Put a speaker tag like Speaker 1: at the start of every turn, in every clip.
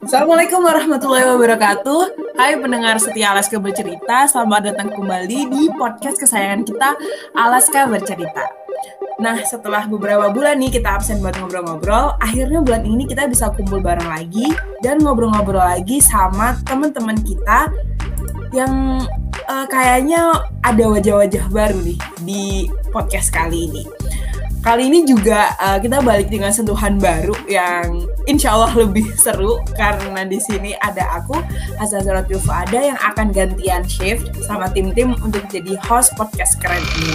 Speaker 1: Assalamualaikum warahmatullahi wabarakatuh. Hai pendengar setia Alaska Bercerita, selamat datang kembali di podcast kesayangan kita, Alaska Bercerita. Nah, setelah beberapa bulan nih kita absen buat ngobrol-ngobrol, akhirnya bulan ini kita bisa kumpul bareng lagi dan ngobrol-ngobrol lagi sama teman-teman kita yang kayaknya ada wajah-wajah baru nih di podcast kali ini. Kali ini juga kita balik dengan sentuhan baru yang insya Allah lebih seru karena di sini ada aku, Hazazah Fuada, yang akan gantian shift sama tim-tim untuk jadi host podcast keren ini.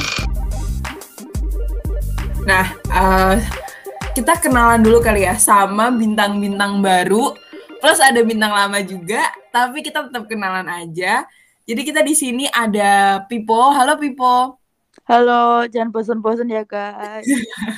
Speaker 1: Nah, kita kenalan dulu kali ya sama bintang-bintang baru, plus ada bintang lama juga, tapi kita tetap kenalan aja. Jadi kita di sini ada Pipo. Halo Pipo.
Speaker 2: Halo, jangan bosan-bosan ya guys.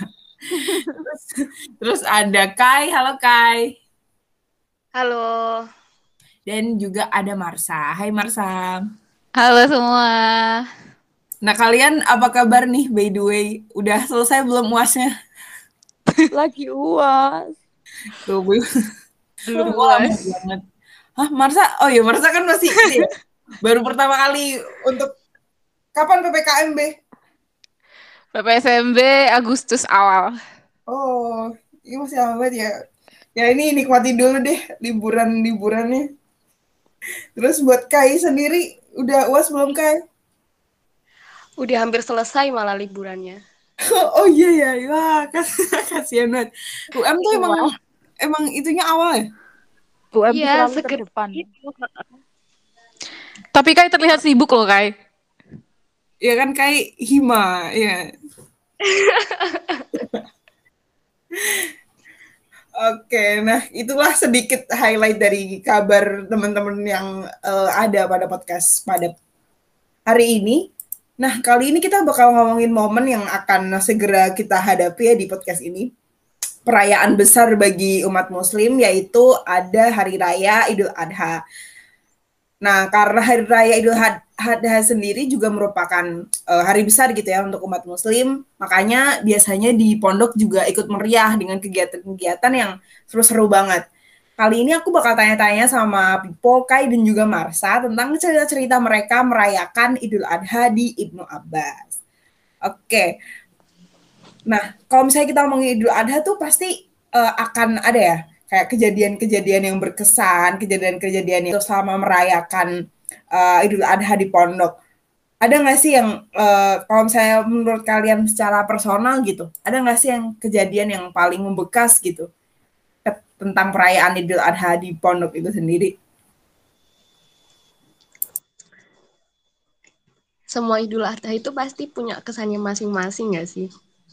Speaker 1: Terus ada Kai. Halo Kai.
Speaker 3: Halo.
Speaker 1: Dan juga ada Marsa. Hai Marsa.
Speaker 4: Halo semua.
Speaker 1: Nah kalian apa kabar nih by the way? Udah selesai belum UASnya?
Speaker 2: Lagi UAS.
Speaker 1: Tuh,
Speaker 4: belum UAS.
Speaker 1: Banget. Hah Marsa? Oh iya Marsa kan masih ya, baru pertama kali untuk kapan PPKM B?
Speaker 4: PPSMB Agustus awal.
Speaker 1: Oh, ini masih lama banget ya. Ya ini nikmatin dulu deh liburannya. Terus buat Kai sendiri udah UAS belum Kai?
Speaker 3: Udah hampir selesai malah liburannya.
Speaker 1: Oh iya ya, wah kasihan banget. UM tuh emang itunya awal ya?
Speaker 2: UM
Speaker 3: Iya,
Speaker 2: selalu terdepan.
Speaker 4: Tapi Kai terlihat sibuk loh Kai.
Speaker 1: Ya kan kayak Hima, ya. Oke, nah itulah sedikit highlight dari kabar teman-teman yang ada pada podcast pada hari ini. Nah, kali ini kita bakal ngomongin momen yang akan segera kita hadapi ya di podcast ini. Perayaan besar bagi umat muslim, yaitu ada Hari Raya Idul Adha. Nah, karena Hari Raya Idul Adha sendiri juga merupakan hari besar gitu ya untuk umat muslim, makanya biasanya di pondok juga ikut meriah dengan kegiatan-kegiatan yang seru-seru banget. Kali ini aku bakal tanya-tanya sama Pipo, Kai, dan juga Marsa tentang cerita-cerita mereka merayakan Idul Adha di Ibnu Abbas. Oke. Nah, kalau misalnya kita ngomongin Idul Adha tuh pasti akan ada ya, kayak kejadian-kejadian yang berkesan, kejadian-kejadian itu selama merayakan Idul Adha di pondok. Ada nggak sih yang kalau misalnya menurut kalian secara personal gitu, ada nggak sih yang kejadian yang paling membekas gitu tentang perayaan Idul Adha di pondok itu sendiri?
Speaker 3: Semua Idul Adha itu pasti punya kesannya masing-masing nggak sih?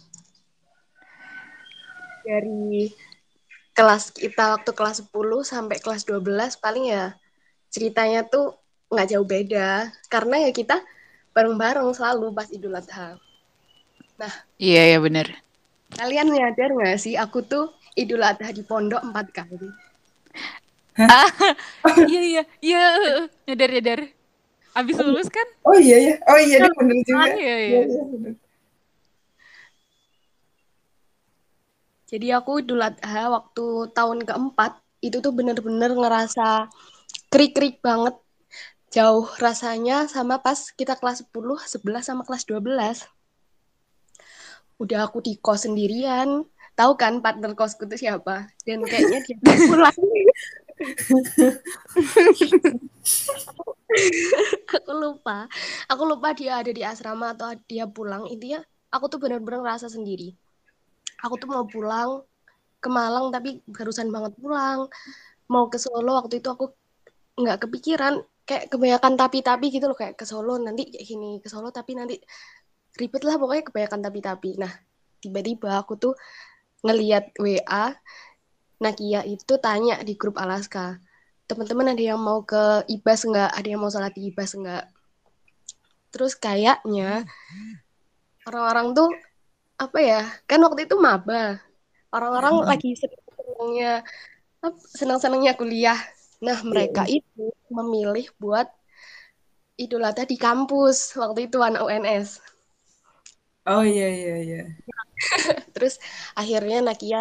Speaker 3: Dari kelas kita waktu kelas 10 sampai kelas 12 paling ya ceritanya tuh nggak jauh beda. Karena ya kita bareng-bareng selalu pas Idul Adha. Nah,
Speaker 4: Iya benar.
Speaker 3: kalian nyadar nggak sih aku tuh Idul Adha di pondok 4 kali.
Speaker 4: Iya. Nyadar. Abis lulus kan?
Speaker 1: Oh iya dia bener juga.
Speaker 4: Iya.
Speaker 3: Jadi aku Idul Adha waktu tahun keempat itu tuh bener-bener ngerasa krik-krik banget. Jauh rasanya sama pas kita kelas 10, 11 sama kelas 12. Udah aku di kos sendirian. Tahu kan partner kosku itu siapa? Dan kayaknya dia pulang. Aku lupa dia ada di asrama atau dia pulang. Intinya aku tuh benar-benar ngerasa sendiri. Aku tuh mau pulang ke Malang tapi barusan banget pulang. Mau ke Solo waktu itu aku nggak kepikiran, kayak kebanyakan tapi gitu loh, kayak ke Solo nanti kayak gini, ke Solo tapi nanti ribet lah pokoknya, kebanyakan tapi. Nah, tiba-tiba aku tuh ngelihat WA Nakia itu tanya di grup Alaska, teman-teman ada yang mau ke IBAS nggak? Ada yang mau sholat di IBAS nggak? Terus kayaknya orang-orang tuh apa ya? Kan waktu itu maba. Orang-orang lagi senang-senangnya kuliah. Nah, mereka itu memilih buat Idul Adha di kampus waktu itu anak UNS.
Speaker 1: Oh iya.
Speaker 3: Terus akhirnya Nakia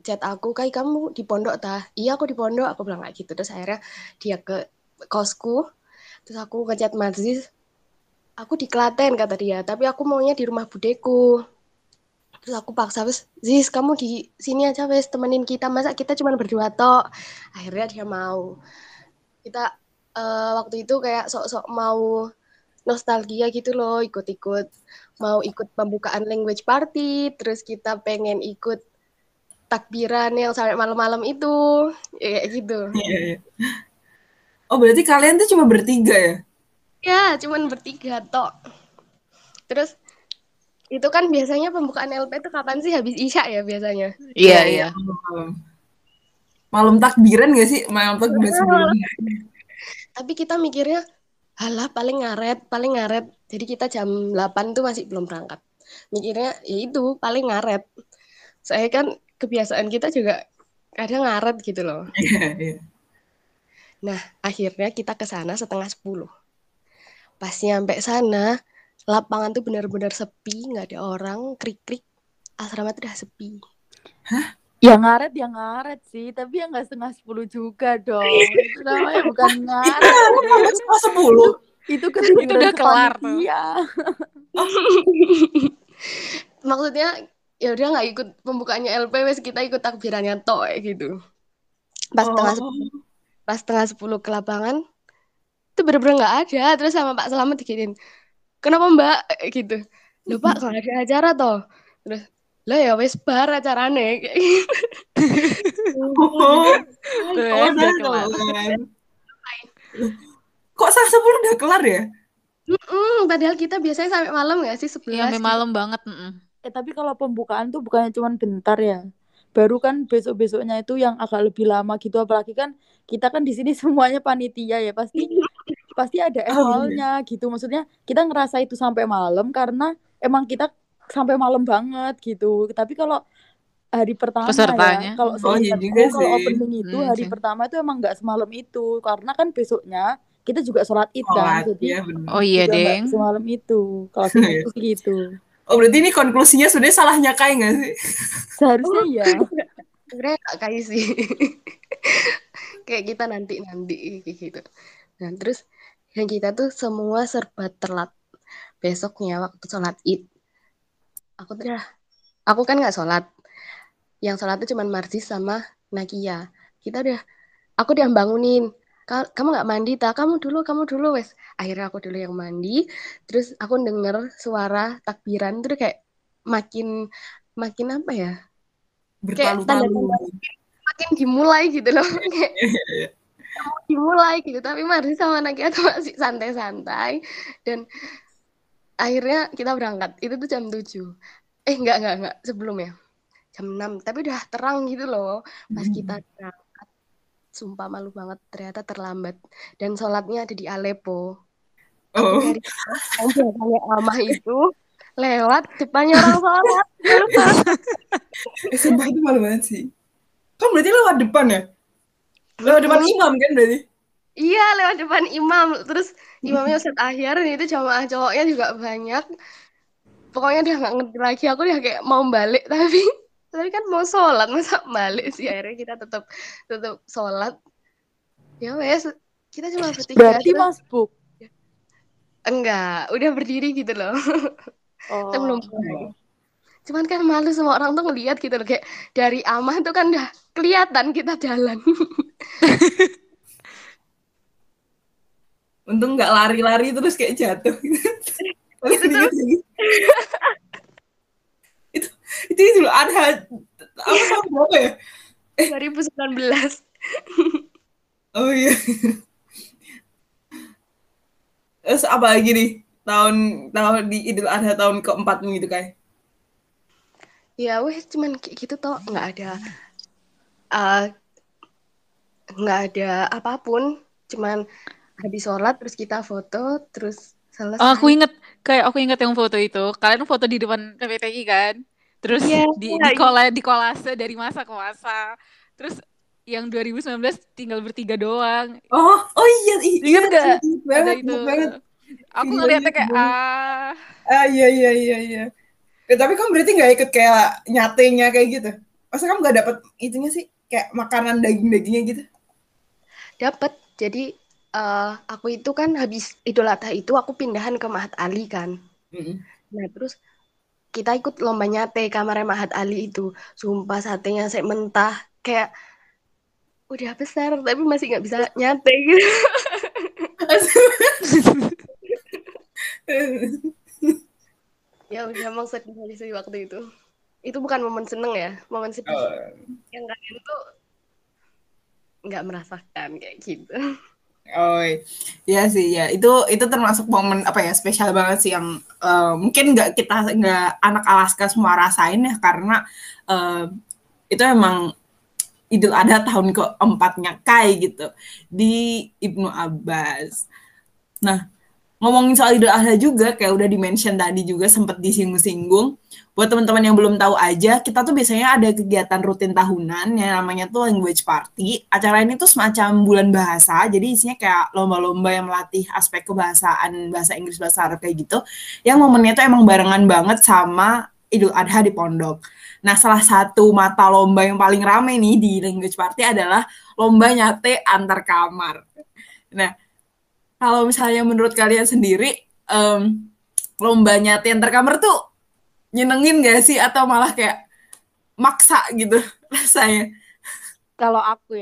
Speaker 3: chat aku, "Kai, kamu di pondok tah?" "Iya, aku di pondok," aku bilang kayak gitu. Terus akhirnya dia ke kosku, terus aku ngechat Marzis, "Aku di Klaten," kata dia, "tapi aku maunya di rumah budeku." Terus aku paksa, "Wes, Ziz, kamu di sini aja wes, temenin kita, masa kita cuma berdua tok." Akhirnya dia mau. Kita waktu itu kayak sok-sok mau nostalgia gitu loh, ikut-ikut mau ikut pembukaan language party, terus kita pengen ikut takbiran yang sampai malam-malam itu, ya kayak gitu.
Speaker 1: Iya, iya. Oh, berarti kalian tuh cuma bertiga ya?
Speaker 3: Ya, cuman bertiga tok. Terus itu kan biasanya pembukaan LP itu kapan sih? Habis Isya ya biasanya.
Speaker 4: Iya,
Speaker 1: Iya, iya.
Speaker 4: iya.
Speaker 1: Malam takbiran gak sih? Malam takbiran sebelumnya.
Speaker 3: Tapi kita mikirnya, halah paling ngaret. Jadi kita jam 8 tuh masih belum berangkat. Mikirnya ya itu paling ngaret. Saya kan kebiasaan kita juga kadang ngaret gitu loh.
Speaker 1: Iya, iya.
Speaker 3: Nah, akhirnya kita ke sana 9:30. Pas nyampe sana, lapangan tuh benar-benar sepi, nggak ada orang, krik-krik. Asrama tuh udah sepi.
Speaker 2: Ya ngaret sih, tapi ya nggak 9:30 juga dong. Itu namanya bukan ngaret.
Speaker 1: Itu setengah 10.
Speaker 2: Itu ketiduran
Speaker 4: Itu udah kelar tuh.
Speaker 2: sepanitia.
Speaker 3: Maksudnya ya udah nggak ikut pembukaannya LP, wes kita ikut takbirannya tok gitu. Pas setengah 10 ke lapangan, itu bener-bener nggak ada. Terus sama Pak Selamat diginin, "Kenapa Mbak?" Gitu. "Loh Pak, nggak ada acara toh." Terus, "Lah ya wes bar acarane." Kayak gitu.
Speaker 4: Udah kelar.
Speaker 1: Kok setengah 10 udah kelar ya?
Speaker 3: Padahal kita biasanya sampai malam nggak sih, 11
Speaker 4: Iya, sampai
Speaker 3: gitu.
Speaker 4: malam banget.
Speaker 2: Tapi kalau pembukaan tuh bukannya cuma bentar ya. Baru kan besok-besoknya itu yang agak lebih lama gitu. Apalagi kan kita kan di sini semuanya panitia ya. Pasti ada evalnya gitu. Maksudnya kita ngerasa itu sampai malam karena emang kita sampai malam banget gitu. Tapi kalau hari pertama
Speaker 4: Pesertanya.
Speaker 2: ya, kalau
Speaker 1: Oh, iya
Speaker 2: seingatku
Speaker 1: juga
Speaker 2: kalau
Speaker 1: sih.
Speaker 2: opening itu hari
Speaker 4: sih.
Speaker 2: pertama itu emang nggak semalam itu. Karena kan besoknya kita juga sholat id kan.
Speaker 1: Sholat,
Speaker 2: Jadi
Speaker 1: ya benar.
Speaker 4: Oh iya,
Speaker 2: juga nggak
Speaker 4: Deng.
Speaker 2: semalam itu. Kalau seingatku sih gitu.
Speaker 1: Oh, berarti ini konklusinya sebenarnya salahnya Kai nggak sih?
Speaker 2: Seharusnya ya.
Speaker 3: Sebenarnya nggak kayak sih. Kayak kita nanti kayak gitu. Nah, terus yang kita tuh semua serba telat. Besoknya waktu sholat id, aku kan nggak sholat. Yang sholat tuh cuma Marsis sama Nakia. Aku udah bangunin. "Kamu nggak mandi tak? Kamu dulu wes." Akhirnya aku dulu yang mandi. Terus aku denger suara takbiran tuh kayak makin apa ya? Kayak
Speaker 1: Bertalu-talu.
Speaker 3: makin dimulai gitu loh. Kayak dimulai gitu. Tapi Marsis sama Nakia tuh masih santai-santai. Dan akhirnya kita berangkat. Itu tuh jam 7. Enggak. Sebelum ya. Jam 6. Tapi udah terang gitu loh. Pas kita berangkat. Sumpah malu banget, ternyata terlambat. Dan sholatnya ada di Aleppo. Aku dari yang biasanya Amah itu lewat depannya orang sholat. Malu banget.
Speaker 1: Sumpah itu malu banget sih. Kan berarti lewat depan ya? Lewat depan imam kan berarti?
Speaker 3: Iya, lewat depan imam. Terus imamnya Ustadz Ahyar, dan itu jamaah cowoknya juga banyak. Pokoknya dia nggak ngerti lagi. Aku udah kayak mau balik, tapi kan mau sholat, masa balik sih. Akhirnya kita tetap sholat. Ya wes, kita cuma bertiga.
Speaker 2: Berarti masbuk?
Speaker 3: Enggak, udah berdiri gitu loh.
Speaker 2: Oh.
Speaker 3: Kita belum mulai. Cuman kan malu semua orang tuh ngelihat gitu loh. Kayak dari Amah tuh kan udah kelihatan kita jalan.
Speaker 1: Untung nggak lari-lari terus kayak jatuh.
Speaker 3: Itu tuh
Speaker 1: itu dulu ada apa tahun berapa ya?
Speaker 3: 2019.
Speaker 1: Oh iya. Terus apa lagi nih tahun di Idul Adha tahun keempatmu gitu Kai?
Speaker 3: Ya wes cuman kayak gitu toh, nggak ada apapun, cuman habis sholat terus kita foto terus selesai.
Speaker 4: Oh, aku inget yang foto itu. Kalian foto di depan PPTI kan? Terus di kolase dari masa ke masa. Terus yang 2019 tinggal bertiga doang.
Speaker 1: Oh iya.
Speaker 4: Ingat gak?
Speaker 1: Banget,
Speaker 4: itu.
Speaker 1: Banget.
Speaker 4: Aku ngeliatnya kayak
Speaker 1: iya. Tapi kamu berarti nggak ikut kayak nyatenya kayak gitu? Masa kamu nggak dapet itunya sih, kayak makanan daging-dagingnya gitu?
Speaker 3: Dapat. Jadi aku itu kan habis Idul Adha itu aku pindahan ke Mahat Ali kan. Nah terus kita ikut lomba nyate kamarnya Mahat Ali itu. Sumpah satenya saya mentah kayak udah besar tapi masih nggak bisa nyate gitu. Ya udah emang sedih sih waktu itu. Itu bukan momen seneng ya, momen sedih. Yang kalian tuh nggak merasakan kayak gitu.
Speaker 1: Oh iya sih ya, itu termasuk momen apa ya, spesial banget sih yang mungkin nggak anak Alaska semua rasain ya, karena itu emang Idul Adha tahun keempatnya Kai gitu di Ibnu Abbas. Nah, ngomongin soal Idul Adha juga, kayak udah di-mention tadi juga, sempat disinggung-singgung. Buat teman-teman yang belum tahu aja, kita tuh biasanya ada kegiatan rutin tahunan yang namanya tuh language party. Acara ini tuh semacam bulan bahasa, jadi isinya kayak lomba-lomba yang melatih aspek kebahasaan, bahasa Inggris, bahasa Arab kayak gitu. Yang momennya tuh emang barengan banget sama Idul Adha di pondok. Nah, salah satu mata lomba yang paling rame nih di language party adalah lomba nyate antar kamar. Nah, kalau misalnya menurut kalian sendiri, lomba nyate antar kamar tuh nyenengin gak sih, atau malah kayak maksa gitu rasanya?
Speaker 2: Kalau aku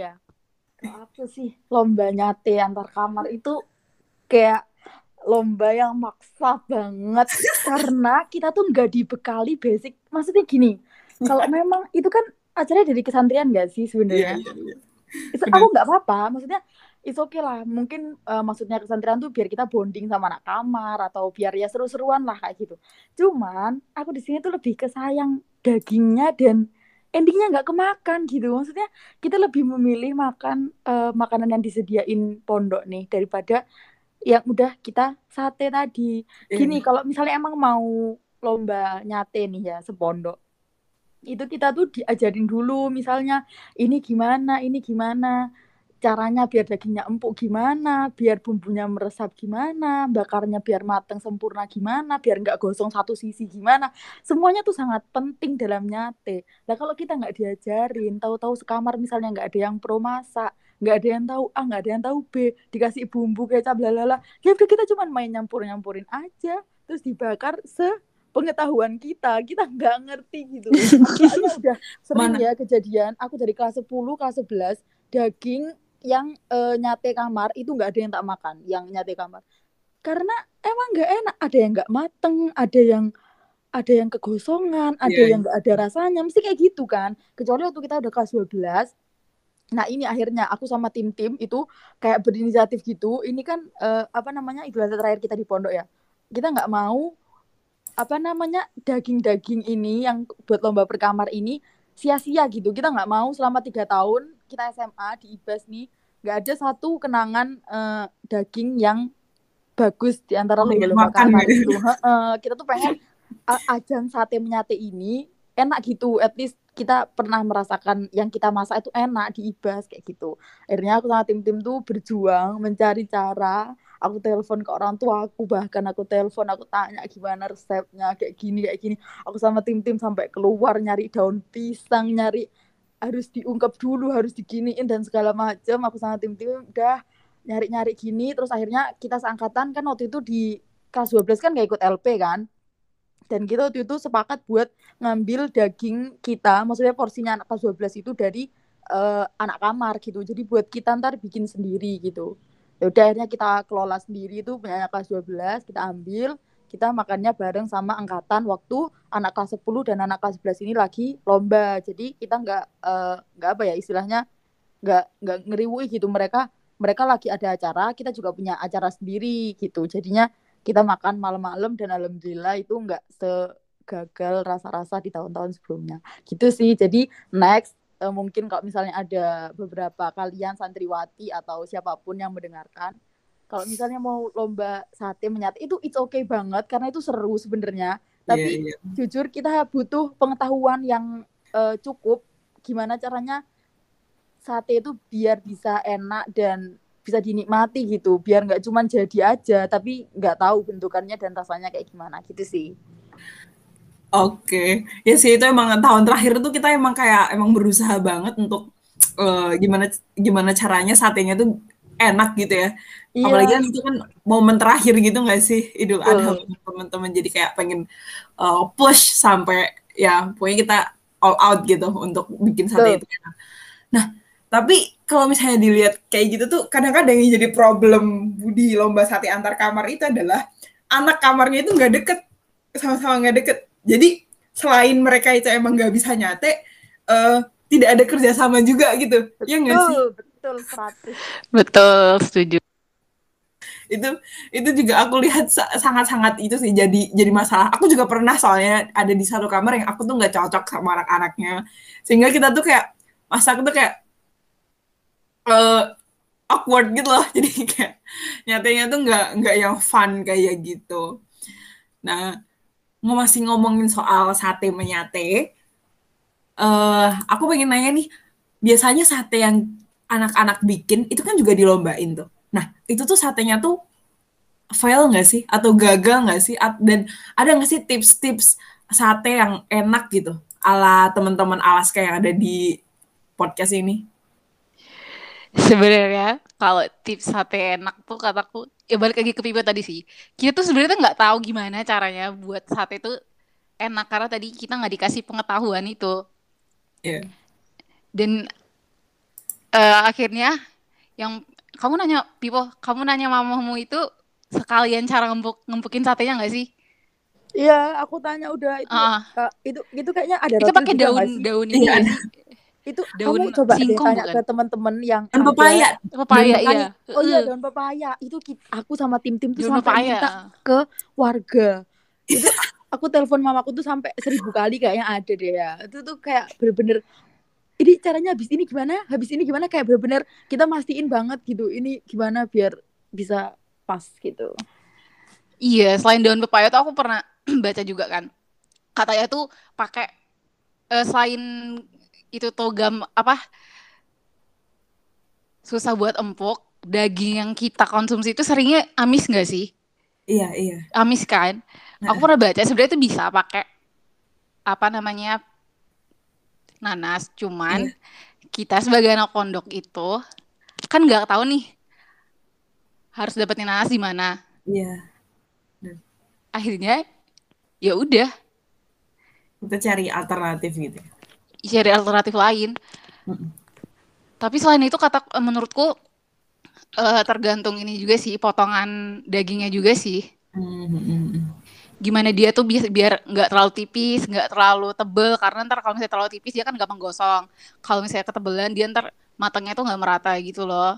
Speaker 2: sih lomba nyate antar kamar itu kayak lomba yang maksa banget karena kita tuh nggak dibekali basic. Maksudnya gini, kalau memang itu kan acaranya dari kesantrian gak sih sebenarnya?
Speaker 1: Iya.
Speaker 2: Aku nggak apa-apa, maksudnya it's okay lah. Mungkin maksudnya kesantrian tuh biar kita bonding sama anak kamar atau biar ya seru-seruan lah kayak gitu. Cuman aku di sini tuh lebih ke sayang dagingnya dan endingnya nggak kemakan gitu. Maksudnya kita lebih memilih makan makanan yang disediain pondok nih daripada yang udah kita sate tadi. Gini, kalau misalnya emang mau lomba nyate nih ya sepondok, itu kita tuh diajarin dulu misalnya ini gimana caranya biar dagingnya empuk gimana, biar bumbunya meresap gimana, bakarnya biar mateng sempurna gimana, biar nggak gosong satu sisi gimana. Semuanya tuh sangat penting dalam nyate. Nah kalau kita nggak diajarin, tahu-tahu sekamar misalnya nggak ada yang pro masak, nggak ada yang tahu A, nggak ada yang tahu B, dikasih bumbu kecap lalala, ya udah kita cuma main nyampur-nyampurin aja, terus dibakar pengetahuan kita nggak ngerti gitu. Soalnya udah sering ya kejadian, aku dari kelas 10, kelas 11, daging yang nyate kamar itu nggak ada yang tak makan, yang nyate kamar. Karena emang nggak enak, ada yang nggak mateng, ada yang kegosongan, ada yang nggak ada rasanya, mesti kayak gitu kan. Kecuali waktu kita udah kelas 12. Nah ini akhirnya aku sama tim-tim itu kayak berinisiatif gitu. Ini kan Idul Adha terakhir kita di pondok ya. Kita nggak mau daging-daging ini yang buat lomba per kamar ini sia-sia gitu. Kita nggak mau selama 3 tahun kita SMA di IBAS nih nggak ada satu kenangan daging yang bagus di antara lomba-lomba kamar itu. Kita tuh pengen ajang sate menyate ini enak gitu, at least kita pernah merasakan yang kita masak itu enak di IBAS kayak gitu. Akhirnya aku sama tim-tim tuh berjuang mencari cara. Aku telepon ke orang tua aku, bahkan aku telepon, aku tanya gimana resepnya, kayak gini. Aku sama tim-tim sampai keluar nyari daun pisang, nyari harus diungkep dulu, harus diginiin dan segala macam. Aku sama tim-tim udah nyari-nyari gini, terus akhirnya kita seangkatan kan waktu itu di kelas 12 kan gak ikut LP kan. Dan kita waktu itu sepakat buat ngambil daging kita, maksudnya porsinya anak kelas 12 itu dari anak kamar gitu. Jadi buat kita ntar bikin sendiri gitu. Ya udah akhirnya kita kelola sendiri itu punya anak kelas 12, kita ambil, kita makannya bareng sama angkatan waktu anak kelas 10 dan anak kelas 11 ini lagi lomba. Jadi kita nggak apa ya istilahnya nggak ngeriwui gitu, mereka lagi ada acara, kita juga punya acara sendiri gitu. Jadinya kita makan malam-malam dan alhamdulillah itu nggak segagal rasa-rasa di tahun-tahun sebelumnya. Gitu sih. Jadi next mungkin kalau misalnya ada beberapa kalian santriwati atau siapapun yang mendengarkan, kalau misalnya mau lomba sate menyate itu it's okay banget karena itu seru sebenarnya. Tapi jujur kita butuh pengetahuan yang cukup gimana caranya sate itu biar bisa enak dan bisa dinikmati gitu, biar nggak cuma jadi aja tapi nggak tahu bentukannya dan rasanya kayak gimana gitu sih.
Speaker 1: Oke, ya sih itu emang tahun terakhir tuh kita emang kayak emang berusaha banget untuk gimana gimana caranya satenya tuh enak gitu ya. Apalagi
Speaker 2: Iya,
Speaker 1: kan itu kan momen terakhir gitu nggak sih Idul Adha
Speaker 2: betul.
Speaker 1: untuk teman-teman jadi kayak pengen push sampai ya pokoknya kita all out gitu untuk bikin sate
Speaker 2: Betul.
Speaker 1: itu enak. Nah, tapi kalau misalnya dilihat kayak gitu tuh kadang-kadang yang jadi problem di lomba sate antar kamar itu adalah anak kamarnya itu nggak deket, sama-sama nggak deket. Jadi selain mereka itu emang nggak bisa nyate, tidak ada kerjasama juga gitu. Ya nggak sih?
Speaker 2: Betul 100.
Speaker 4: Betul, setuju.
Speaker 1: itu itu juga aku lihat sangat-sangat itu sih jadi masalah. Aku juga pernah soalnya ada di satu kamar yang aku tuh nggak cocok sama anak-anaknya, sehingga kita tuh kayak masak tuh kayak uh, awkward gitu loh. Jadi kayak nyatanya tuh nggak yang fun kayak gitu. Nah, masih ngomongin soal sate menyate, aku pengen nanya nih, biasanya sate yang anak-anak bikin itu kan juga dilombain tuh. Nah, itu tuh satenya tuh fail nggak sih? Atau gagal nggak sih? Dan ada nggak sih tips-tips sate yang enak gitu? Ala teman-teman Alaska yang ada di podcast ini?
Speaker 4: Sebenarnya kalau tips sate enak tuh kataku ya balik lagi ke Pipa tadi sih. Kita tuh sebenarnya nggak tahu gimana caranya buat sate tuh enak karena tadi kita nggak dikasih pengetahuan itu.
Speaker 1: Yeah.
Speaker 4: Dan akhirnya yang kamu nanya Pipo, kamu nanya mamamu itu sekalian cara ngempukin satenya nggak sih?
Speaker 2: Iya, aku tanya udah itu
Speaker 4: Ah,
Speaker 2: itu kayaknya ada
Speaker 4: itu
Speaker 2: rotil
Speaker 4: pakai
Speaker 2: juga nggak sih?
Speaker 4: daun ini
Speaker 1: Iya,
Speaker 4: nggak
Speaker 1: ada
Speaker 4: sih?
Speaker 2: Itu
Speaker 4: Daun
Speaker 2: kamu coba deh
Speaker 4: singkong
Speaker 2: tanya
Speaker 4: bukan?
Speaker 2: ke teman-teman yang
Speaker 1: daun
Speaker 2: ada
Speaker 1: pepaya.
Speaker 4: Pepaya
Speaker 1: Daun
Speaker 4: iya.
Speaker 2: oh iya daun pepaya itu aku sama tim-tim tuh
Speaker 4: Daun
Speaker 2: sampai
Speaker 4: pepaya.
Speaker 2: minta ke warga itu aku telepon mamaku tuh sampai 1000 kali kayaknya ada deh ya itu tuh kayak bener-bener ini caranya habis ini gimana kayak bener-bener kita mastiin banget gitu ini gimana biar bisa pas gitu.
Speaker 4: Iya, selain daun pepaya tuh aku pernah baca juga kan. Katanya tuh pakai selain itu togam apa susah buat empuk, daging yang kita konsumsi itu seringnya amis nggak sih?
Speaker 1: Iya, iya.
Speaker 4: Amis kan? Aku pernah baca sebenarnya itu bisa pakai apa namanya nanas, cuman
Speaker 1: Iya.
Speaker 4: kita sebagai anak pondok itu kan nggak tahu nih harus dapetin nanas di mana.
Speaker 1: Iya.
Speaker 4: Akhirnya ya udah
Speaker 1: Kita cari alternatif gitu.
Speaker 4: cari alternatif lain. Tapi selain itu menurutku tergantung ini juga sih potongan dagingnya juga sih. Gimana dia tuh biar nggak terlalu tipis, nggak terlalu tebel karena ntar kalau misalnya terlalu tipis dia kan gampang gosong. Kalau misalnya ketebelan dia ntar matangnya tuh nggak merata gitu loh.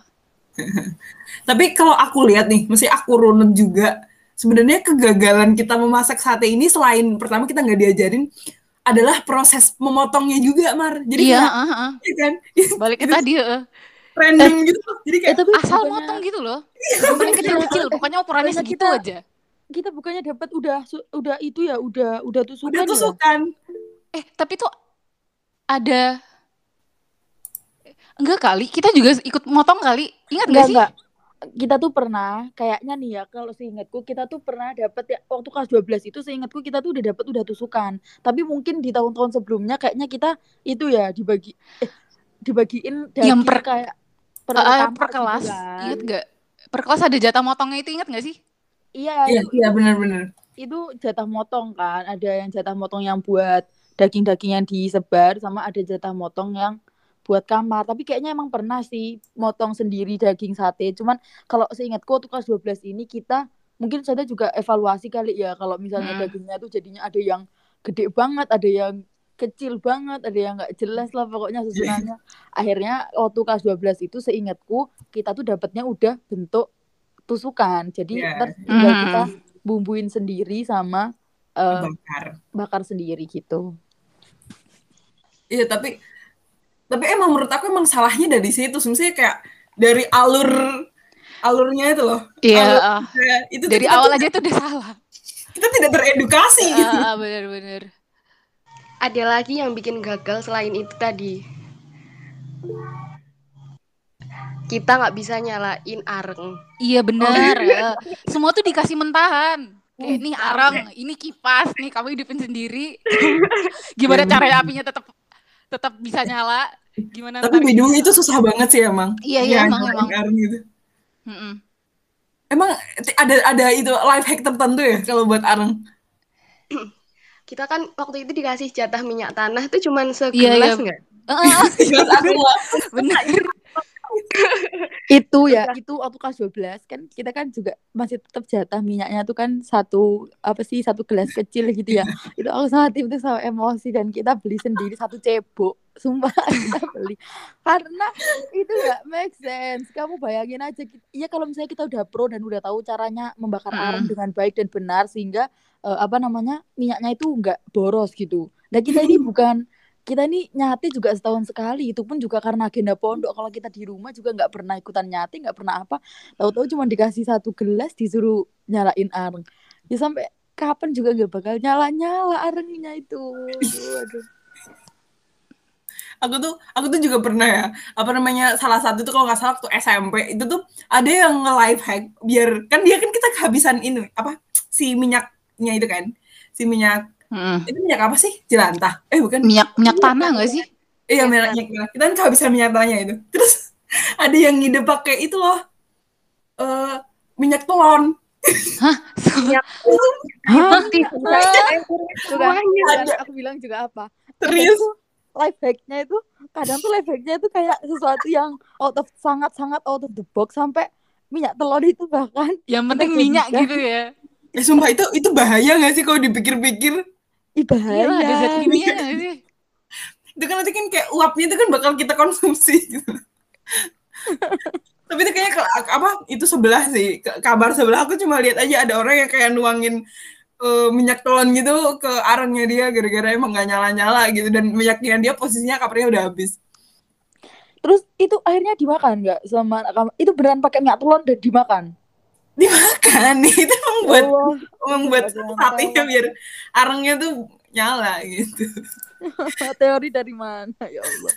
Speaker 1: Tapi kalau aku lihat nih, mesti aku runut juga. Sebenarnya kegagalan kita memasak sate ini selain pertama kita nggak diajarin adalah proses memotongnya juga, Mar. Jadi
Speaker 4: Iya,
Speaker 1: kayak, ya kan?
Speaker 4: balik ke
Speaker 1: Itu
Speaker 4: tadi
Speaker 1: random gitu. Jadi kayak
Speaker 2: tapi
Speaker 4: asal
Speaker 2: bukannya-
Speaker 4: motong gitu loh. Bukannya kecil-kecil, pokoknya ukurannya
Speaker 2: bukannya
Speaker 4: segitu aja.
Speaker 2: kita bukannya dapat udah itu ya udah tusukan
Speaker 1: udah tusukan.
Speaker 2: Ya?
Speaker 4: Tapi tuh ada enggak kali kita juga ikut motong kali. Ingat nggak sih?
Speaker 2: Enggak. Kita tuh pernah kayaknya nih ya kalau seingatku kita tuh pernah dapat ya waktu kelas 12 itu seingatku kita tuh udah tusukan. Tapi mungkin di tahun-tahun sebelumnya kayaknya kita itu ya dibagiin daging
Speaker 4: Yang
Speaker 2: kayak per
Speaker 4: per kelas.
Speaker 2: gitu kan.
Speaker 4: Ingat nggak? Per kelas ada jatah motongnya itu ingat nggak sih?
Speaker 2: Iya,
Speaker 1: Iya benar-benar.
Speaker 2: itu jatah motong kan. Ada yang jatah motong yang buat daging-daging yang disebar sama ada jatah motong yang buat kamar. Tapi kayaknya emang pernah sih motong sendiri daging sate. Cuman kalau seingatku waktu kelas 12 ini kita mungkin saya juga evaluasi kali ya kalau misalnya dagingnya tuh jadinya ada yang gede banget, ada yang kecil banget, ada yang nggak jelas lah pokoknya susunannya. Akhirnya waktu kelas 12 itu seingatku kita tuh dapatnya udah bentuk tusukan. Jadi ntar tinggal kita bumbuin sendiri sama bakar sendiri gitu.
Speaker 1: Iya, tapi emang menurut aku emang salahnya dari situ. Maksudnya kayak dari alurnya itu loh.
Speaker 4: Iya.
Speaker 1: Itu
Speaker 4: dari awal aja tuh udah salah.
Speaker 1: Kita tidak teredukasi gitu.
Speaker 4: Benar-benar.
Speaker 3: Ada lagi yang bikin gagal selain itu tadi. Kita nggak bisa nyalain areng.
Speaker 4: Iya benar. Semua tuh dikasih mentahan. Kayak nih arang, ini kipas, nih kamu hidupin sendiri. Gimana caranya apinya tetap bisa nyala? Gimana
Speaker 1: Tapi by the way itu
Speaker 4: ntar
Speaker 1: susah banget sih emang.
Speaker 4: Iya emang.
Speaker 1: Arang gitu.
Speaker 4: Mm-mm.
Speaker 1: Emang ada itu life hack tertentu ya kalau buat arang?
Speaker 3: Kita kan waktu itu dikasih jatah minyak tanah tuh cuman
Speaker 4: Iya,
Speaker 3: segelas nggak?
Speaker 1: Ingat aku lah.
Speaker 4: bener.
Speaker 2: Itu ya, itu waktu kelas 12 kan kita kan juga masih tetap jatah minyaknya tuh kan satu gelas kecil gitu ya. Itu aku sangat itu sama emosi dan kita beli sendiri satu cebok. Sumpah kita beli karena itu nggak make sense. Kamu bayangin aja, iya kalau misalnya kita udah pro dan udah tahu caranya membakar arang dengan baik dan benar sehingga minyaknya itu nggak boros gitu. Dan kita ini nyati juga setahun sekali, itu pun juga karena agenda pondok. Kalau kita di rumah juga nggak pernah ikutan nyati, nggak pernah apa. Tahu-tahu cuma dikasih satu gelas disuruh nyalain areng. Ya sampai kapan juga nggak bakal nyala arengnya itu. Aduh.
Speaker 1: Aku tuh juga pernah ya, salah satu tuh kalau nggak salah waktu SMP itu tuh ada yang nge-life hack biar kan kita kehabisan ini si minyaknya itu kan, si minyak itu minyak apa sih? Jelantah? Bukan.
Speaker 4: Minyak tanah nggak sih?
Speaker 1: Iya, minyaknya. Kita kan kehabisan minyak tanahnya itu. Terus ada yang ngide pakai itu loh, minyak telon.
Speaker 4: Hah?
Speaker 3: Minyak
Speaker 2: Aku bilang juga apa?
Speaker 1: Serius?
Speaker 2: Life hack-nya itu kadang tuh life hack-nya itu kayak sesuatu yang sangat out of the box sampai minyak telur itu bahkan
Speaker 4: yang penting minyak gitu ya.
Speaker 1: Sumpah itu bahaya nggak sih kalau dipikir-pikir?
Speaker 2: Bahaya.
Speaker 4: Iya, ada zat kimia nggak sih?
Speaker 1: Itu kan nanti kan kayak uapnya itu kan bakal kita konsumsi gitu. Tapi itu kayaknya itu sebelah sih, kabar sebelah aku cuma lihat aja ada orang yang kayak nuangin minyak telon gitu ke arangnya dia gara-gara emang nggak nyala-nyala gitu, dan minyaknya dia posisinya kabarnya udah habis.
Speaker 2: Terus itu akhirnya dimakan nggak sama itu beneran pakai minyak telon dan dimakan?
Speaker 1: Dimakan. Itu membuat hatinya biar arangnya tuh nyala gitu.
Speaker 2: Teori dari mana ya Allah?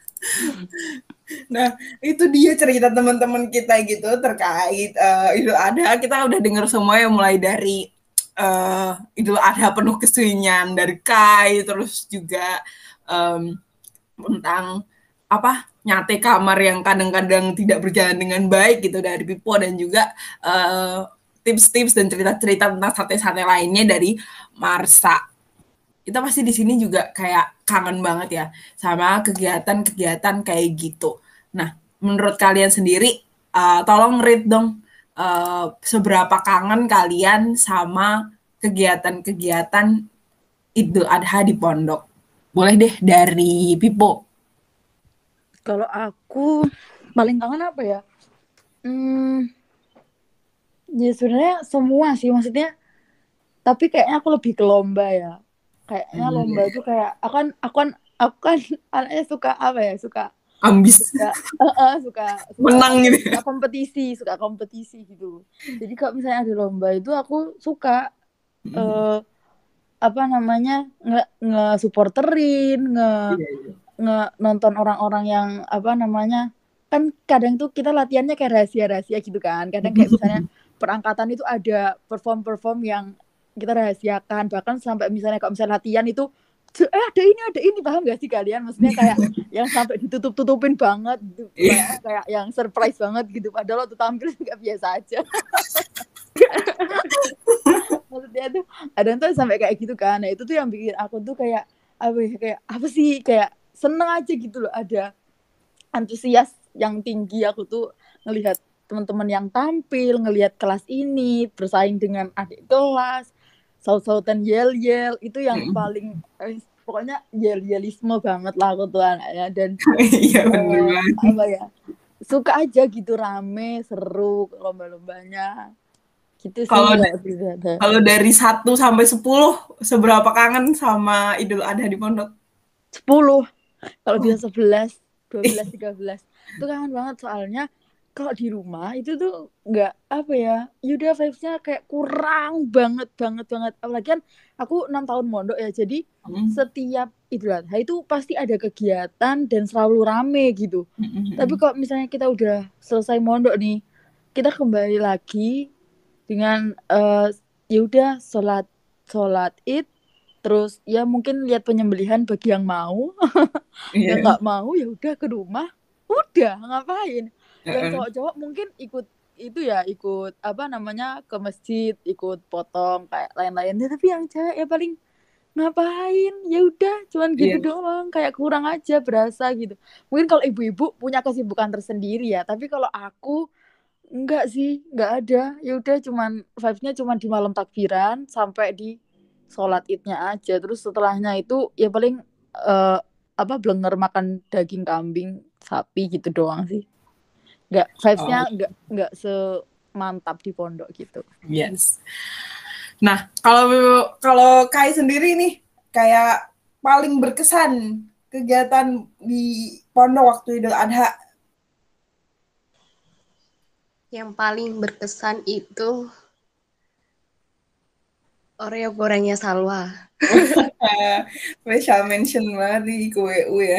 Speaker 1: Nah, itu dia cerita teman-teman kita gitu terkait Idul Adha. Kita udah dengar semua ya, mulai dari Idul Adha penuh kesunyian dari Kai, terus juga tentang nyate kamar yang kadang-kadang tidak berjalan dengan baik gitu dari Pipo, dan juga tips-tips dan cerita-cerita tentang sate-sate lainnya dari Marsa. Kita pasti di sini juga kayak kangen banget ya sama kegiatan-kegiatan kayak gitu. Nah, menurut kalian sendiri, tolong rate dong seberapa kangen kalian sama kegiatan-kegiatan Idul Adha di pondok. Boleh deh dari Pipo.
Speaker 2: Kalau aku paling kangen apa ya? Ya sebenarnya semua sih, maksudnya. Tapi kayaknya aku lebih ke lomba ya. Kayaknya lomba itu kayak aku kan anaknya suka suka
Speaker 1: ambis,
Speaker 2: suka
Speaker 1: menang gitu,
Speaker 2: suka kompetisi gitu. Jadi kalau misalnya ada lomba itu aku suka nge-supporterin, nonton orang-orang yang kan kadang tuh kita latihannya kayak rahasia-rahasia gitu kan. Kadang kayak misalnya perangkatan itu ada perform yang kita rahasiakan, bahkan sampai misalnya kalau misalnya latihan itu ada ini, paham gak sih kalian? Maksudnya kayak yang sampai ditutup-tutupin banget gitu, kayak yang surprise banget gitu, padahal waktu tampil nggak biasa aja. Maksudnya tuh ada tuh sampai kayak gitu kan. Nah itu tuh yang bikin aku tuh kayak apa sih, kayak seneng aja gitu loh, ada antusias yang tinggi. Aku tuh ngelihat teman-teman yang tampil, ngelihat kelas ini bersaing dengan adik kelas, saut-sautan yel-yel, itu yang paling pokoknya yel-yelisme banget lah aku tuh anaknya. Dan
Speaker 1: iya bener
Speaker 2: suka aja gitu, rame, seru lomba-lombanya gitu sih.
Speaker 1: Kalau dari 1 sampai 10 seberapa kangen sama Idul Adha di pondok?
Speaker 2: 10. Kalau bisa 11, 12, 13 itu kangen banget. Soalnya kalau di rumah itu tuh nggak udah vibes-nya kayak kurang banget. Apalagi kan aku 6 tahun mondok ya, jadi setiap Idul Adha itu pasti ada kegiatan dan selalu rame gitu. Tapi kalau misalnya kita udah selesai mondok nih, kita kembali lagi dengan ya udah sholat id, terus ya mungkin lihat penyembelihan bagi yang mau. Yang nggak mau ya udah ke rumah, udah ngapain. Yang cowok-cowok mungkin ikut itu ya, ikut apa namanya, ke masjid, ikut potong kayak lain-lainnya, tapi yang cewek ya paling ngapain, ya udah cuman gitu doang, kayak kurang aja berasa gitu. Mungkin kalau ibu-ibu punya kesibukan tersendiri ya, tapi kalau aku enggak sih, enggak ada. Ya udah cuman vibes-nya cuman di malam takbiran sampai di sholat idnya aja. Terus setelahnya itu ya paling blenger makan daging kambing, sapi gitu doang sih. Enggak, vibes-nya enggak semantap di pondok gitu.
Speaker 1: Yes. Nah, kalau Kai sendiri nih, kayak paling berkesan kegiatan di pondok waktu Idul Adha.
Speaker 3: Yang paling berkesan itu Oreo gorengnya Salwa.
Speaker 1: Special mention banget di WU ya.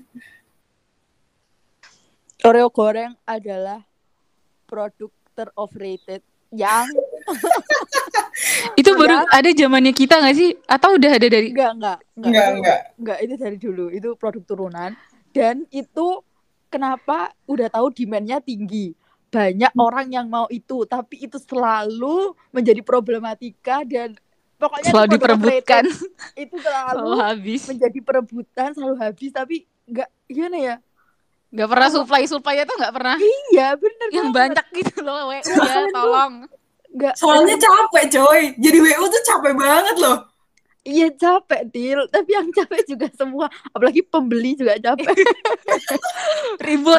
Speaker 2: Oreo goreng adalah produk teroverrated yang
Speaker 4: itu baru ada zamannya kita nggak sih? Atau udah ada dari?
Speaker 2: Enggak, itu dari dulu. Itu produk turunan. Dan itu kenapa udah tahu demand-nya tinggi. Banyak orang yang mau itu, tapi itu selalu menjadi problematika dan pokoknya
Speaker 4: selalu diperebutkan.
Speaker 2: Itu selalu habis. Menjadi perebutan, selalu habis, tapi enggak, gimana ya?
Speaker 4: Nggak pernah supply-nya tuh nggak pernah.
Speaker 2: Iya, bener
Speaker 4: yang
Speaker 2: banget.
Speaker 4: Banyak gitu loh, WU ya, tolong.
Speaker 1: Nggak, soalnya capek coy, jadi WU tuh capek banget loh.
Speaker 2: Iya capek Til, tapi yang capek juga semua, apalagi pembeli juga capek.
Speaker 4: Ribut,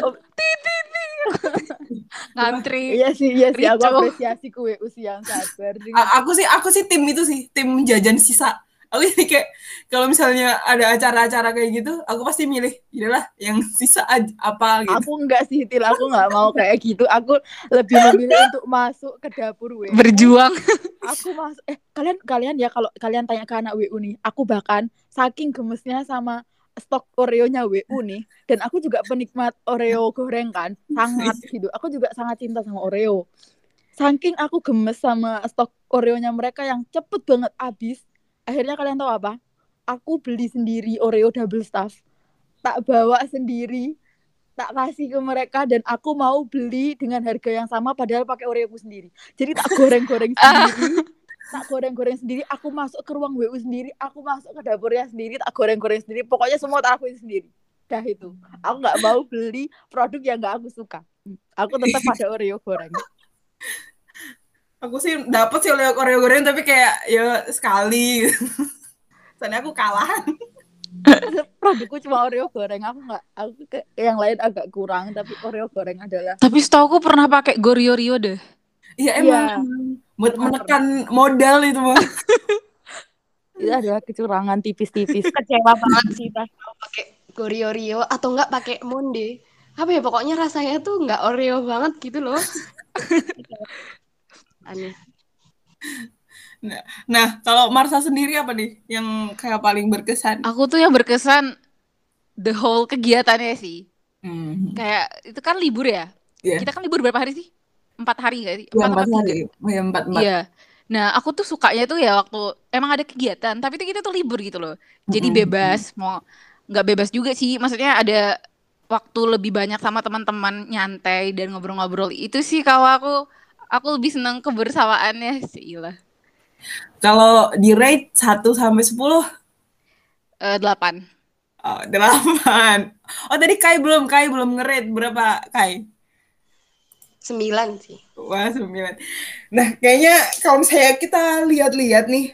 Speaker 4: ngantri.
Speaker 2: Iya sih, aku apresiasi ke WU sih yang sabar.
Speaker 1: Aku sih tim itu sih, tim jajan sisa. Aku ini kayak kalau misalnya ada acara-acara kayak gitu, aku pasti milih yaudahlah yang sisa aja apa gitu.
Speaker 2: Aku enggak sih Til, aku enggak mau kayak gitu. Aku lebih memilih untuk masuk ke dapur WU.
Speaker 4: Berjuang.
Speaker 2: Aku masuk kalian ya, kalau kalian tanya ke anak WU nih, aku bahkan saking gemesnya sama stok Oreo-nya WU nih, dan aku juga penikmat Oreo goreng kan, sangat gitu. Aku juga sangat cinta sama Oreo. Saking aku gemes sama stok Oreo-nya mereka yang cepet banget habis. Akhirnya kalian tahu apa? Aku beli sendiri Oreo double stuff. Tak bawa sendiri, tak kasih ke mereka, dan aku mau beli dengan harga yang sama padahal pakai Oreoku sendiri. Jadi tak goreng-goreng sendiri. Aku masuk ke ruang WU sendiri, aku masuk ke dapurnya sendiri, tak goreng-goreng sendiri. Pokoknya semua tak lakuin sendiri. Dah itu. Aku nggak mau beli produk yang nggak aku suka. Aku tetap pada Oreo goreng.
Speaker 1: Aku sih dapet sih Oreo goreng, tapi kayak ya sekali. Soalnya aku kalah.
Speaker 2: Produkku cuma Oreo goreng. Aku yang lain agak kurang, tapi Oreo goreng adalah.
Speaker 4: Tapi setahu aku pernah pakai Gorio deh.
Speaker 1: Iya emang buat menekan modal itu mah.
Speaker 2: Itu adalah kecurangan tipis-tipis.
Speaker 3: Kecewa banget sih pas pakai Gorio atau enggak pakai Monde. Apa ya, pokoknya rasanya tuh enggak Oreo banget gitu loh. Aneh.
Speaker 1: Nah, kalau Marsha sendiri apa nih yang kayak paling berkesan?
Speaker 4: Aku tuh yang berkesan the whole kegiatannya sih. Kayak itu kan libur ya. Kita kan libur berapa hari sih? 4 hari gak sih?
Speaker 1: 4 hari. Ya, 4.
Speaker 4: Iya. Nah, aku tuh sukanya tuh ya waktu emang ada kegiatan, tapi itu kita tuh libur gitu loh. Jadi bebas, mau nggak bebas juga sih. Maksudnya ada waktu lebih banyak sama teman-teman, nyantai dan ngobrol-ngobrol. Itu sih kalau aku lebih senang kebersamaannya sih lah.
Speaker 1: Kalau di rate 1 sampai 10?
Speaker 4: 8.
Speaker 1: Oh, 8. Oh, tadi Kai belum nge-rate berapa, Kai?
Speaker 3: 9 sih.
Speaker 1: Wah, 9. Nah, kayaknya kalau misalnya kita lihat-lihat nih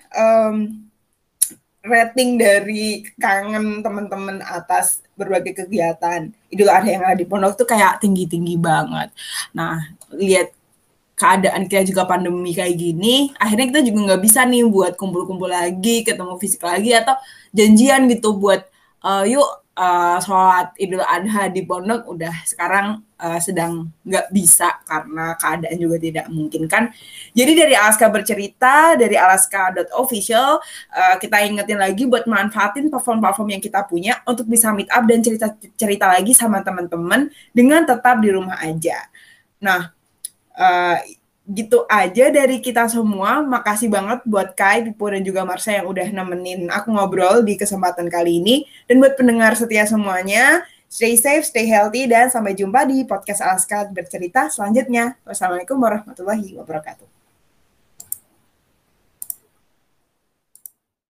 Speaker 1: rating dari kangen teman-teman atas berbagai kegiatan Idul Adha yang ada di pondok tuh kayak tinggi-tinggi banget. Nah, lihat keadaan kita juga pandemi kayak gini, akhirnya kita juga nggak bisa nih buat kumpul-kumpul lagi, ketemu fisik lagi, atau janjian gitu buat yuk sholat Idul Adha di pondok udah sekarang sedang nggak bisa karena keadaan juga tidak memungkinkan. Jadi dari Alaska Bercerita, dari alaska.official, kita ingetin lagi buat manfaatin platform-platform yang kita punya untuk bisa meet up dan cerita lagi sama teman-teman dengan tetap di rumah aja. Nah, gitu aja dari kita semua. Makasih banget buat Kai, Pipo, dan juga Marsha yang udah nemenin aku ngobrol di kesempatan kali ini. Dan buat pendengar setia semuanya, stay safe, stay healthy, dan sampai jumpa di podcast Alaska Bercerita selanjutnya. Wassalamualaikum warahmatullahi wabarakatuh.